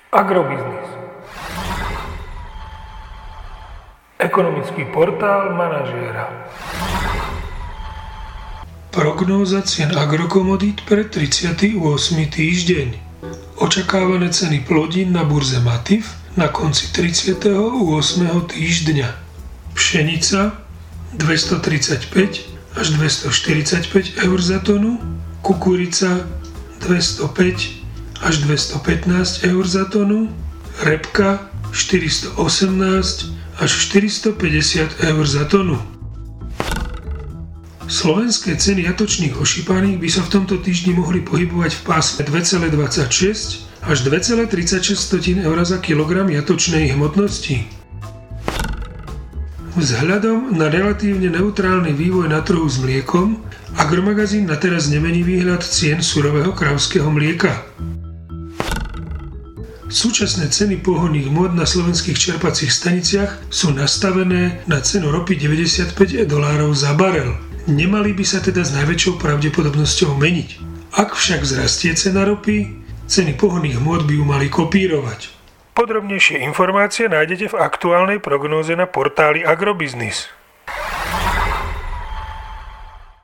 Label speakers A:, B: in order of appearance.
A: Agrobiznis. Ekonomický portál manažéra. Prognóza cien agrokomodít pre 38. týždeň. Očakávané ceny plodín na burze Matif na konci 38. týždňa. Pšenica 235 až 245 eur za tonu, kukurica 205 až 215 eur za tonu, repka 418 až 450 eur za tonu. Slovenské ceny jatočných ošípaných by sa v tomto týždni mohli pohybovať v pásme 2,26 až 2,36 eur za kilogram jatočnej hmotnosti. Vzhľadom na relatívne neutrálny vývoj na trhu s mliekom, Agromagazín na teraz nemení výhľad cien surového kravského mlieka. Súčasné ceny pohonných hmôt na slovenských čerpacích staniciach sú nastavené na cenu ropy $95 za barel. Nemali by sa teda s najväčšou pravdepodobnosťou meniť. Ak však vzrastie cena ropy, ceny pohonných hmôt by ju mali kopírovať. Podrobnejšie informácie nájdete v aktuálnej prognóze na portáli Agrobiznis.